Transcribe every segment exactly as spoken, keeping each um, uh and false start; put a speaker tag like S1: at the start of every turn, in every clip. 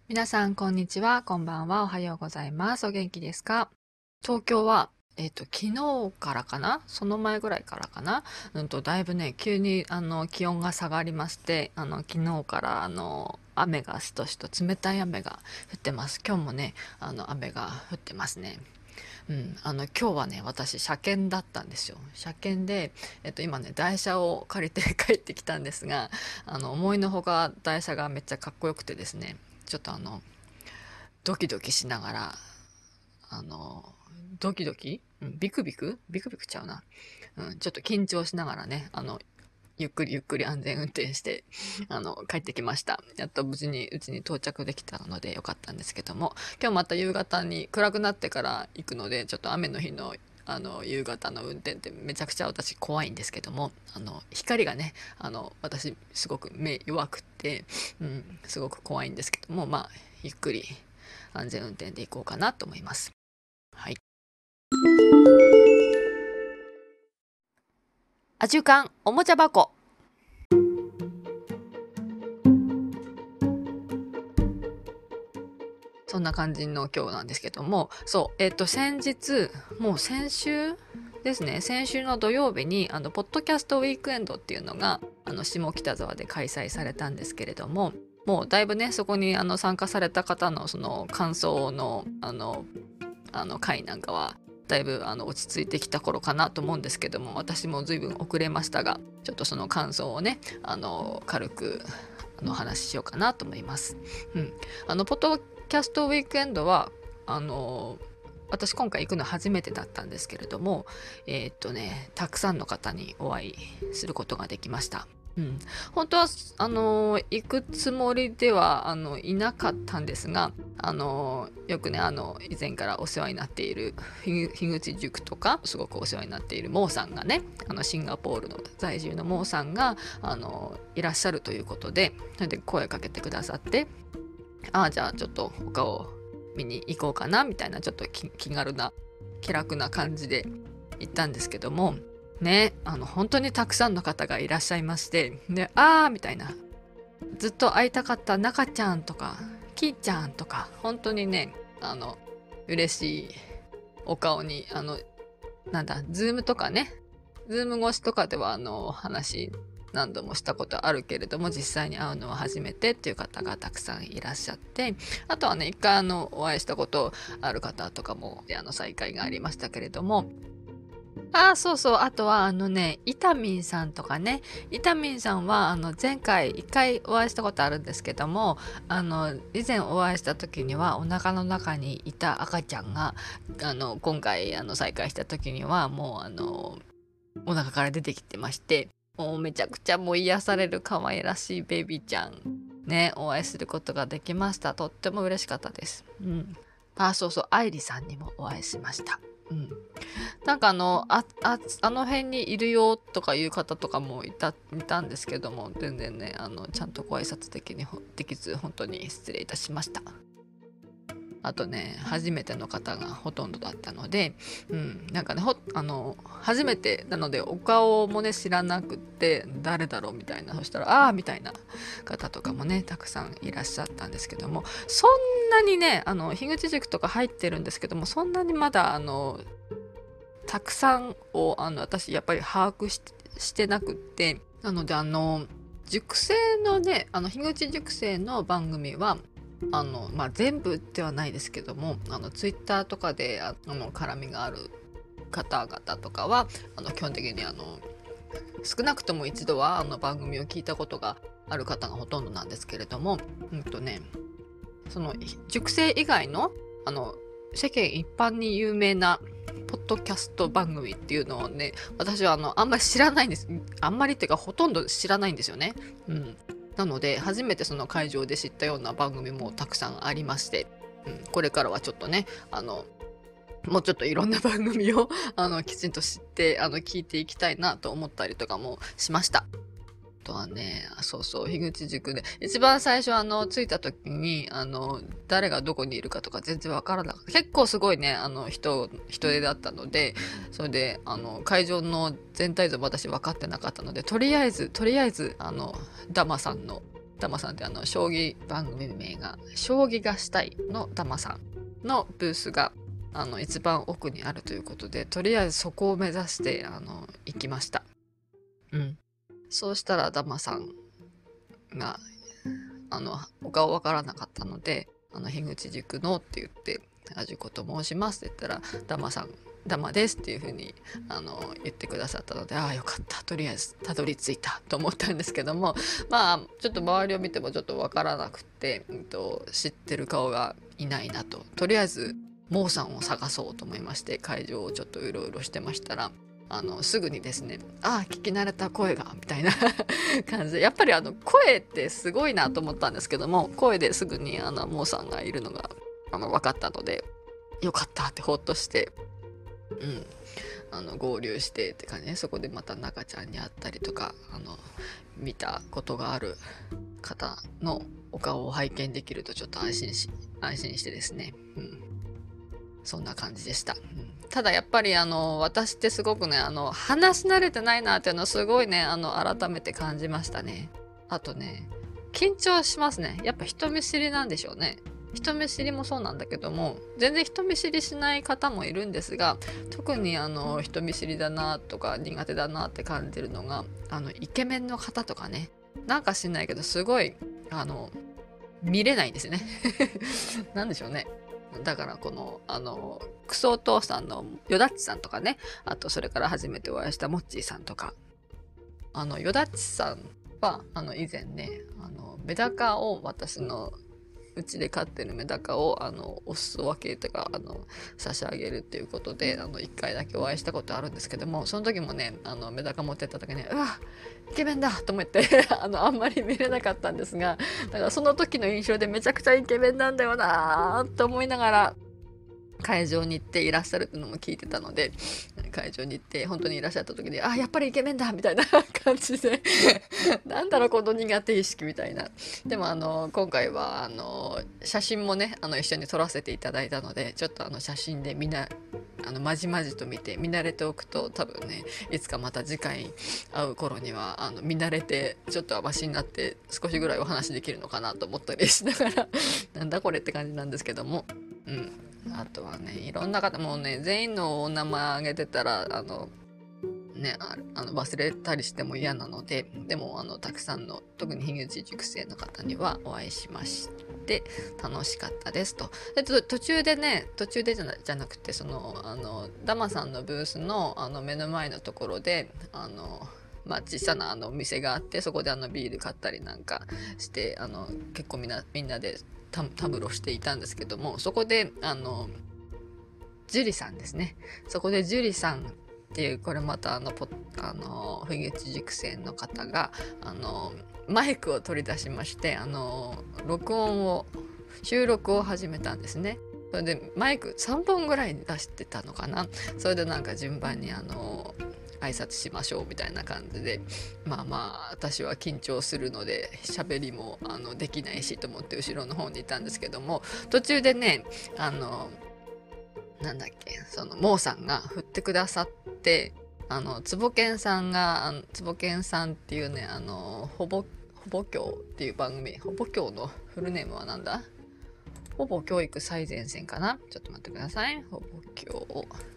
S1: 皆さん、こんにちは。こんばんは。おはようございます。お元気ですか？東京は、えっと、昨日からかなその前ぐらいからかなうんと、だいぶね、急に、あの、気温が下がりまして、あの、昨日から、あの、雨がしとしと冷たい雨が降ってます。今日もね、あの、雨が降ってますね。うん、あの今日はね私車検だったんですよ。車検で、えっと、今ね台車を借りて帰ってきたんですが、あの思いのほか台車がめっちゃかっこよくてですね、ちょっとあのドキドキしながら、あのドキドキ、うん、ビクビクビクビクちゃうな、うん、ちょっと緊張しながらね、あのゆっくりゆっくり安全運転して、あの、帰ってきました。やっと無事にうちに到着できたのでよかったんですけども、今日また夕方に暗くなってから行くので、ちょっと雨の日のあの夕方の運転ってめちゃくちゃ私怖いんですけども、あの光がね、あの私すごく目弱くって、うん、すごく怖いんですけども、まあゆっくり安全運転で行こうかなと思います。はい。アジュカンおもちゃ箱。そんな感じの今日なんですけども、そう、えっ、と、先日、もう先週ですね、先週の土曜日に、あの、ポッドキャストウィークエンドっていうのが、あの、下北沢で開催されたんですけれども、もうだいぶね、そこにあの参加された方のその感想の、あの、あの回なんかは、だいぶあの落ち着いてきた頃かなと思うんですけども、私も随分遅れましたが、ちょっとその感想をね、あの軽くあの話しようかなと思います。うん、あのポッドキャストウィークエンドはあの私今回行くの初めてだったんですけれども、えー、っとねたくさんの方にお会いすることができました。うん、本当はあの行くつもりではあのいなかったんですが、あのよくねあの以前からお世話になっている樋口塾とかすごくお世話になっているモーさんがね、あのシンガポールの在住のモーさんがあのいらっしゃるということで、それで声かけてくださって、ああじゃあちょっと他を見に行こうかなみたいな、ちょっと気軽な気楽な感じで行ったんですけどもね、あの本当にたくさんの方がいらっしゃいまして、であーみたいな、ずっと会いたかった中ちゃんとかきーちゃんとか、本当にねあの嬉しいお顔に、あのなんだズームとかね、ズーム越しとかではあの話何度もしたことあるけれども、実際に会うのは初めてっていう方がたくさんいらっしゃって、あとはね一回あのお会いしたことある方とかもあの再会がありましたけれども、ああ、そうそう。あとは、あのね、イタミンさんとかね。イタミンさんは、あの、前回、一回お会いしたことあるんですけども、あの、以前お会いした時には、お腹の中にいた赤ちゃんが、あの、今回、あの、再会した時には、もう、あの、お腹から出てきてまして、もうめちゃくちゃもう癒される可愛らしいベビーちゃん、ね、お会いすることができました。とっても嬉しかったです。うん。あ、そうそう、愛理さんにもお会いしました。うん。なんかあの、あ、あ、あの辺にいるよとかいう方とかもいた、いたんですけども、全然ね、あの、ちゃんとご挨拶的にできず、本当に失礼いたしました。あとね、初めての方がほとんどだったので、うん、なんかね、ほ、あの、初めてなので、お顔もね、知らなくって、誰だろうみたいな、そしたら、ああ、みたいな方とかもね、たくさんいらっしゃったんですけども、そんなにね、あの、樋口塾とか入ってるんですけども、そんなにまだ、あの、たくさんをあの私やっぱり把握し、してなくって、なのであの塾生のね、あの樋口塾生の番組はあの、まあ、全部ではないですけども、あのツイッターとかであの絡みがある方々とかはあの基本的にあの少なくとも一度はあの番組を聞いたことがある方がほとんどなんですけれども、うんとね、その塾生以外のあの世間一般に有名なポッドキャスト番組っていうのをね、私はあのあんまり知らないんです。あんまりっていうかほとんど知らないんですよね。うん。なので初めてその会場で知ったような番組もたくさんありまして、うん、これからはちょっとね、あのもうちょっといろんな番組をあのきちんと知ってあの聞いていきたいなと思ったりとかもしました。とはね、そうそう、樋口塾で、一番最初あの、着いた時に、あの、誰がどこにいるかとか全然わからなかった。結構すごいね、あの、人、人手だったので、それで、あの、会場の全体像私分かってなかったので、とりあえず、とりあえず、あの、ダマさんのダマさんってあの将棋番組名が将棋がしたいのダマさんのブースがあの一番奥にあるということで、とりあえずそこを目指してあの行きました。うん。そうしたらダマさんがあのお顔わからなかったので、あの樋口塾のって言って「あじこと申します」って言ったらダマさんダマですっていう風にあの言ってくださったので、ああよかった、とりあえずたどり着いたと思ったんですけども、まあちょっと周りを見てもちょっとわからなくて、うんと、知ってる顔がいないなと、とりあえずモーさんを探そうと思いまして会場をちょっとうろうろしてましたら、あのすぐにですね「ああ聞き慣れた声が」みたいな感じで、やっぱりあの声ってすごいなと思ったんですけども、声ですぐにあのモーさんがいるのがあの分かったので、よかったってほっとして、うん、あの合流してって感じね。そこでまた中ちゃんに会ったりとか、あの見たことがある方のお顔を拝見できるとちょっと安心し安心してですね、うん、そんな感じでした。うん、ただやっぱりあの私ってすごくねあの話し慣れてないなっていうのはすごいねあの改めて感じましたね。あとね緊張しますね。やっぱ人見知りなんでしょうね。人見知りもそうなんだけども、全然人見知りしない方もいるんですが、特にあの人見知りだなとか苦手だなって感じるのがあのイケメンの方とかね、なんか知んないけどすごいあの見れないんですよねなんでしょうね。だからこのあのクソお父さんのよだっちさんとかね、あとそれから初めてお会いしたモッチーさんとか、あのよだっちさんはあの以前ねあのメダカを私のうちで飼ってるメダカをあのお裾分けとかあの差し上げるっていうことであのいっかいだけお会いしたことあるんですけども、その時もねあのメダカ持ってった時にうわイケメンだと思ってあのあんまり見れなかったんですが、だからその時の印象でめちゃくちゃイケメンなんだよなと思いながら会場に行っていらっしゃるっていうのも聞いてたので、会場に行って本当にいらっしゃった時にあやっぱりイケメンだみたいな感じでなんだろうこの苦手意識みたいな。でもあの今回はあの写真もねあの一緒に撮らせていただいたので、ちょっとあの写真でみんなあのまじまじと見て見慣れておくと、多分ねいつかまた次回会う頃にはあの見慣れてちょっとマシになって少しぐらいお話できるのかなと思ったりしながらなんだこれって感じなんですけども、うん。あとはねいろんな方もね全員のお名前挙げてたらあのねああの忘れたりしても嫌なので、でもあのたくさんの特に樋口塾生の方にはお会いしまして楽しかったですと。で途中でね途中でじゃ な, じゃなくてそのあのダマさんのブースのあの目の前のところであのまあ、小さなあのお店があって、そこであのビール買ったりなんかしてあの結構みんなみんなでたたむろしていたんですけども、そこであのジュリさんですね、そこでジュリさんっていうこれまたあのポあの樋口塾生の方があのマイクを取り出しまして、あの録音を収録を始めたんですね。それでマイクさんぼんぐらい出してたのかな。それでなんか順番にあの挨拶しましょうみたいな感じで、まあまあ私は緊張するので喋りもあのできないしと思って後ろの方にいたんですけども、途中でねあのなんだっけそのモーさんが振ってくださって、あのつぼけんさんがあのつぼけんさんっていうねあのほぼほぼ教っていう番組、ほぼ教のフルネームはなんだ、ほぼ教育最前線かな、ちょっと待ってください。ほぼ教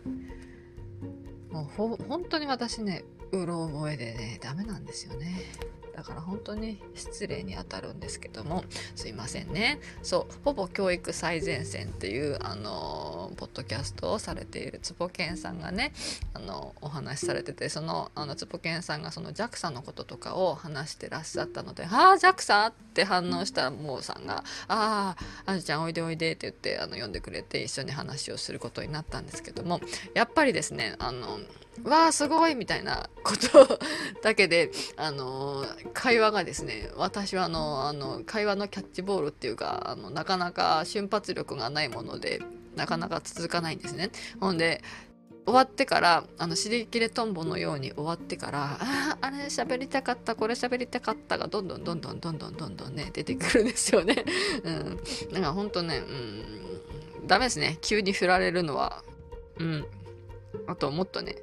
S1: もうほ本当に私ねうろ覚えでねダメなんですよね。だから本当に失礼に当たるんですけどもすいませんね。そうほぼ教育最前線っていうあのポッドキャストをされているつぼけんさんがねあのお話しされてて、そのあのつぼけんさんがその ジャクサ のこととかを話してらっしゃったので、ああ ジャクサ って反応したらモーさんがあああじちゃんおいでおいでって言ってあの呼んでくれて一緒に話をすることになったんですけども、やっぱりですねあのわあすごいみたいなことだけであの会話がですね、私はあのあの会話のキャッチボールっていうかあのなかなか瞬発力がないものでなかなか続かないんですね。ほんで終わってからあの尻切れトンボのように終わってからああれ喋りたかったこれ喋りたかったがどんどんどんどんどんどんどんどんね出てくるんですよね。うん、だからほんとね、うん、ダメですね急に振られるのは。うん、あともっとね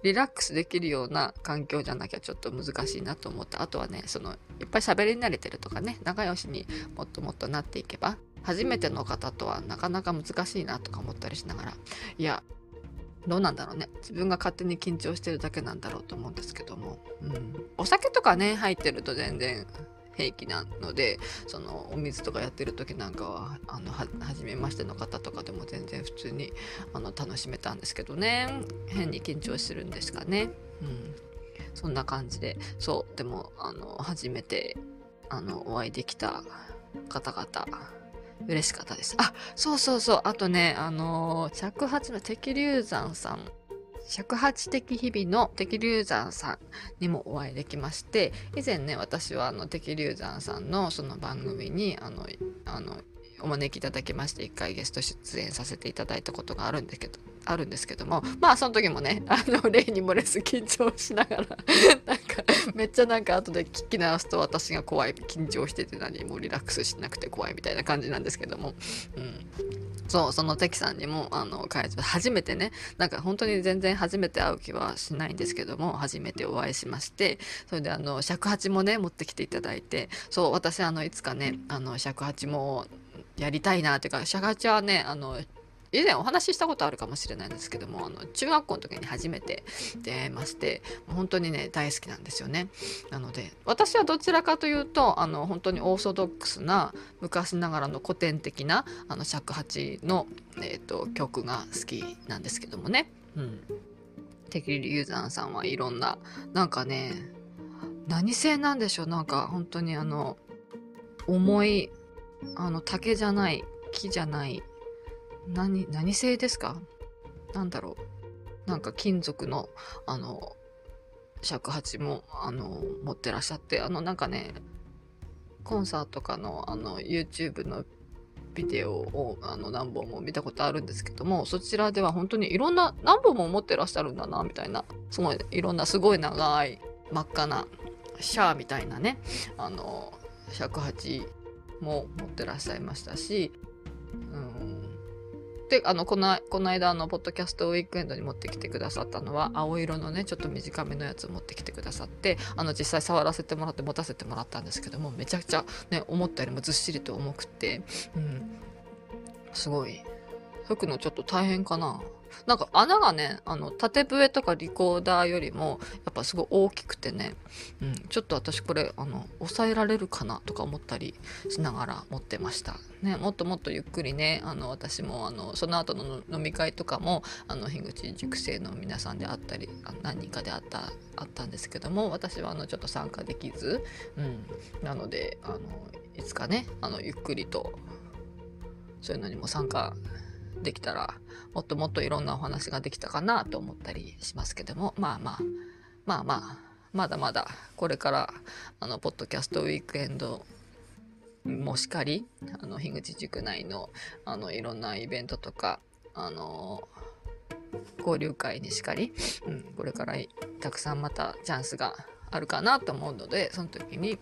S1: リラックスできるような環境じゃなきゃちょっと難しいなと思って、あとはね、そのいっぱい喋り慣れてるとかね、仲良しにもっともっとなっていけば、初めての方とはなかなか難しいなとか思ったりしながら、いやどうなんだろうね、自分が勝手に緊張してるだけなんだろうと思うんですけども、うん、お酒とかね入ってると全然平気なので、そのお水とかやってる時なんかはあのは初めましての方とかでも全然普通にあの楽しめたんですけどね、変に緊張するんですかね、うん、そんな感じで、そうでもあの初めてあのお会いできた方々嬉しかったです。あ、そうそうそう、あとね、あのー、尺八の敵龍山さん、尺八的日々の敵龍山さんにもお会いできまして、以前ね、私はあの敵龍山さんのその番組にあのあのお招きいただきまして、一回ゲスト出演させていただいたことがあるんですけどあるんですけども、まあその時もね、あの例に漏れず緊張しながらなんかめっちゃなんか後で聞き直すと私が怖い、緊張してて何もリラックスしなくて怖いみたいな感じなんですけども、うん、そう、その関さんにもあの会場初めてね、なんか本当に全然初めて会う気はしないんですけども、初めてお会いしまして、それであの尺八もね持ってきていただいて、そう、私あのいつかねあの尺八もやりたいなっていうか、尺八はねあの以前お話ししたことあるかもしれないんですけども、あの中学校の時に初めて出会いまして、本当にね大好きなんですよね。なので私はどちらかというとあの本当にオーソドックスな昔ながらの古典的なあの尺八の、えーと、曲が好きなんですけどもね、うん、敵龍山さんはいろんな、なんかね何製なんでしょう、なんか本当にあの重いあの竹じゃない木じゃない何何製ですか、なんだろう、なんか金属のあの尺八もあの持ってらっしゃって、あのなんかねコンサートとかのあの YouTube のビデオをあの何本も見たことあるんですけども、そちらでは本当にいろんな何本も持ってらっしゃるんだなみたいな、すごいいろんなすごい長い真っ赤なシャーみたいなねあの尺八も持ってらっしゃいましたし、うんであのこのこの間のポッドキャストウィークエンドに持ってきてくださったのは青色のねちょっと短めのやつを持ってきてくださって、あの実際触らせてもらって持たせてもらったんですけども、めちゃくちゃね思ったよりもずっしりと重くて、うん、すごい吹くのちょっと大変かな。なんか穴がねあの縦笛とかリコーダーよりもやっぱすごい大きくてね、うん、ちょっと私これあの抑えられるかなとか思ったりしながら持ってましたね。もっともっとゆっくりねあの私もあのその後の飲み会とかもあの樋口塾生の皆さんであったり何人かであったあったんですけども、私はあのちょっと参加できず、うん、なのであのいつかねあのゆっくりとそういうのにも参加できたらもっともっといろんなお話ができたかなと思ったりしますけども、まあまあまあまあまだまだこれからあのポッドキャストウィークエンドもしかりあの樋口塾内のあのいろんなイベントとかあの交流会にしかり、うん、これからたくさんまたチャンスがあるかなと思うので、その時に、うん、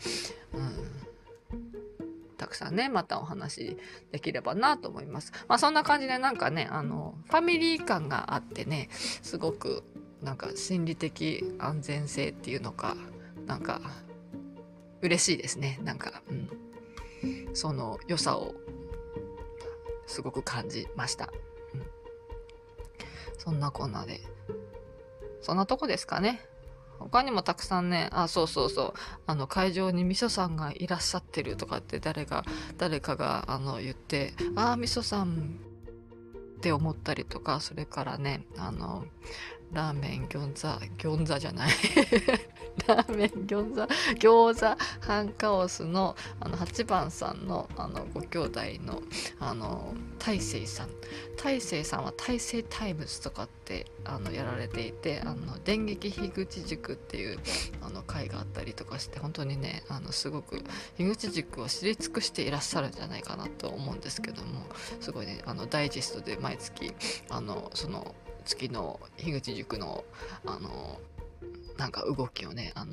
S1: たくさんねまたお話できればなと思います。まあそんな感じでなんかねあのファミリー感があってね、すごくなんか心理的安全性っていうのかなんか嬉しいですね。なんか、うん、その良さをすごく感じました。うん、そんなこんなでそんなとこですかね。他にもたくさんね、あ、そうそうそう、あの会場にみそさんがいらっしゃってるとかって誰が誰かがあの言って、あーみそさんって思ったりとか、それからねあのラーメン餃子餃子じゃないラーメン餃子餃子ハンカオスのあのはちばんさんのあのご兄弟のあの大成さん大成さんは大成タイムズとかってあのやられていて、あの電撃樋口塾っていうあの会があったりとかして、本当にねあのすごく樋口塾を知り尽くしていらっしゃるんじゃないかなと思うんですけども、すごいねあのダイジェストで毎月あのその月の樋口塾のあのなんか動きをねあの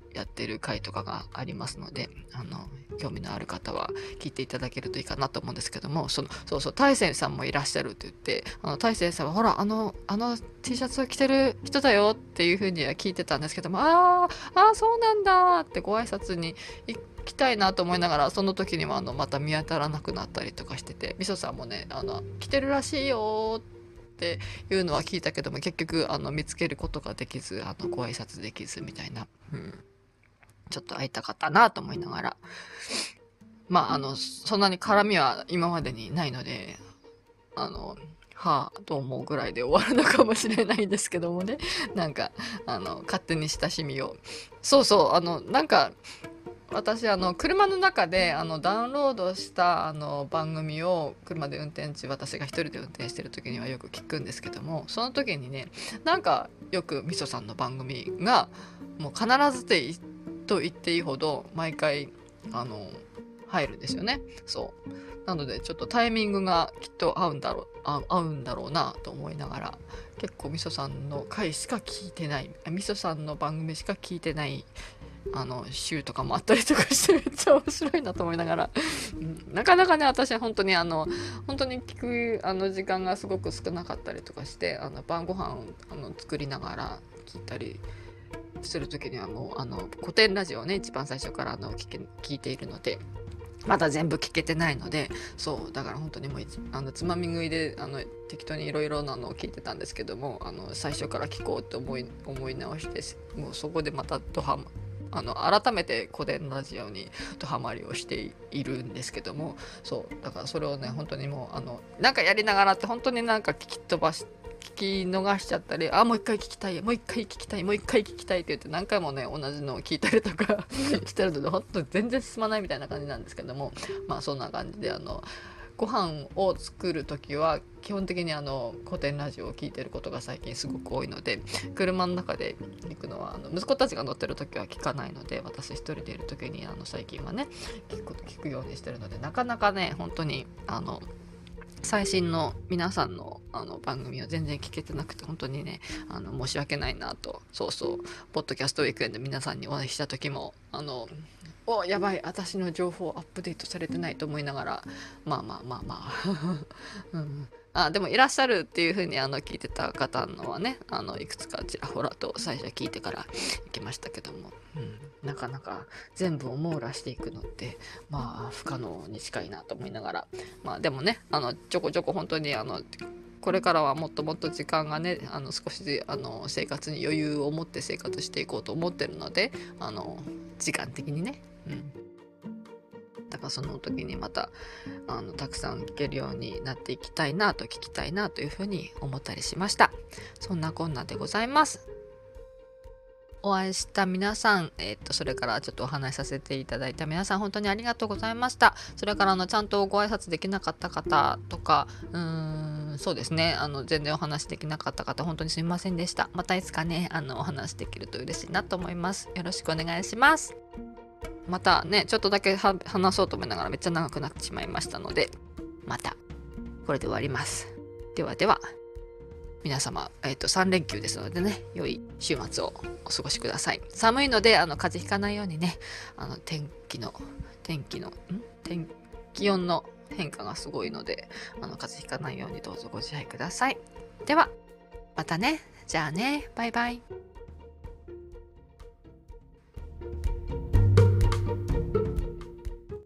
S1: やってる回とかがありますので、あの興味のある方は聞いていただけるといいかなと思うんですけども、そのそうそう大成さんもいらっしゃるって言って、あの大成さんはほらあのあの T シャツを着てる人だよっていうふうには聞いてたんですけども、あーあーそうなんだってご挨拶に行きたいなと思いながら、その時にはあのまた見当たらなくなったりとかしてて、みそさんもねあの着てるらしいよっていうのは聞いたけども、結局あの見つけることができず、あのご挨拶できずみたいな、うん、ちょっと会いたかったなと思いながら、まああのそんなに絡みは今までにないので、あのはあどう思うぐらいで終わるのかもしれないんですけどもね、なんかあの勝手に親しみを、そうそう、あのなんか私あの車の中であのダウンロードしたあの番組を車で運転中、私が一人で運転してる時にはよく聞くんですけども、その時にねなんかよくみそさんの番組がもう必ずでと言っていいほど毎回あの入るんですよね。そうなのでちょっとタイミングがきっと合うんだろうあ合うんだろうなと思いながら、結構みそさんの回しか聞いてない、みそさんの番組しか聞いてないあの週とかもあったりとかして、めっちゃ面白いなと思いながら、うん、なかなかね私は本当にあの本当に聞くあの時間がすごく少なかったりとかして、あの晩ご飯をあの作りながら聞いたりする時にはもうあの古典ラジオをね一番最初からあの聞け聞いているので、まだ全部聞けてないので、そうだから本当にもうあのつまみ食いであの適当にいろいろなのを聞いてたんですけども、あの最初から聞こうと思い思い直して、もうそこでまたドハマあの改めて古典ラジオにドハマりをしているんですけども、そうだからそれをね本当にもうあのなんかやりながらって本当になんか聞き飛ばし聞き逃しちゃったり、あもう一回聞きたいもう一回聞きたいもう一回聞きたいって言って何回もね同じのを聞いたりとかしてるので、本当に全然進まないみたいな感じなんですけども、まあそんな感じであのご飯を作る時は基本的にあの古典ラジオを聞いてることが最近すごく多いので、車の中で行くのはあの息子たちが乗ってる時は聞かないので、私一人でいる時にあの最近はね聞く聞くようにしてるので、なかなかね本当にあの最新の皆さんのあの番組を全然聞けてなくて、本当にねあの申し訳ないなと。そうそうポッドキャストウィークエンド皆さんにお会いした時もあのおやばい私の情報アップデートされてないと思いながら、まあまあまあまあ、うん、あでもいらっしゃるっていう風にあの聞いてた方のはねあのいくつかちらほらと最初聞いてから行きましたけども、うん、なかなか全部を網羅していくのってまあ不可能に近いなと思いながら、まあでもねあのちょこちょこ本当にあのこれからはもっともっと時間がねあの少しあの生活に余裕を持って生活していこうと思ってるので、あの時間的にね、うん、だからその時にまたあのたくさん聞けるようになっていきたいなと聞きたいなというふうに思ったりしました。そんなこんなでございます。お会いした皆さん、えー、っとそれからちょっとお話しさせていただいた皆さん本当にありがとうございました。それからあのちゃんとご挨拶できなかった方とか、うーんそうですねあの全然お話できなかった方本当にすみませんでした。またいつかねあのお話できると嬉しいなと思います。よろしくお願いします。またねちょっとだけ話そうと思いながらめっちゃ長くなってしまいましたので、またこれで終わります。ではでは皆様、えーと、さん連休ですのでね良い週末をお過ごしください。寒いのであの風邪ひかないようにね、あの天気の天気のん天気温の変化がすごいのであの風邪ひかないようにどうぞご自愛ください。ではまたね。じゃあねバイバイ。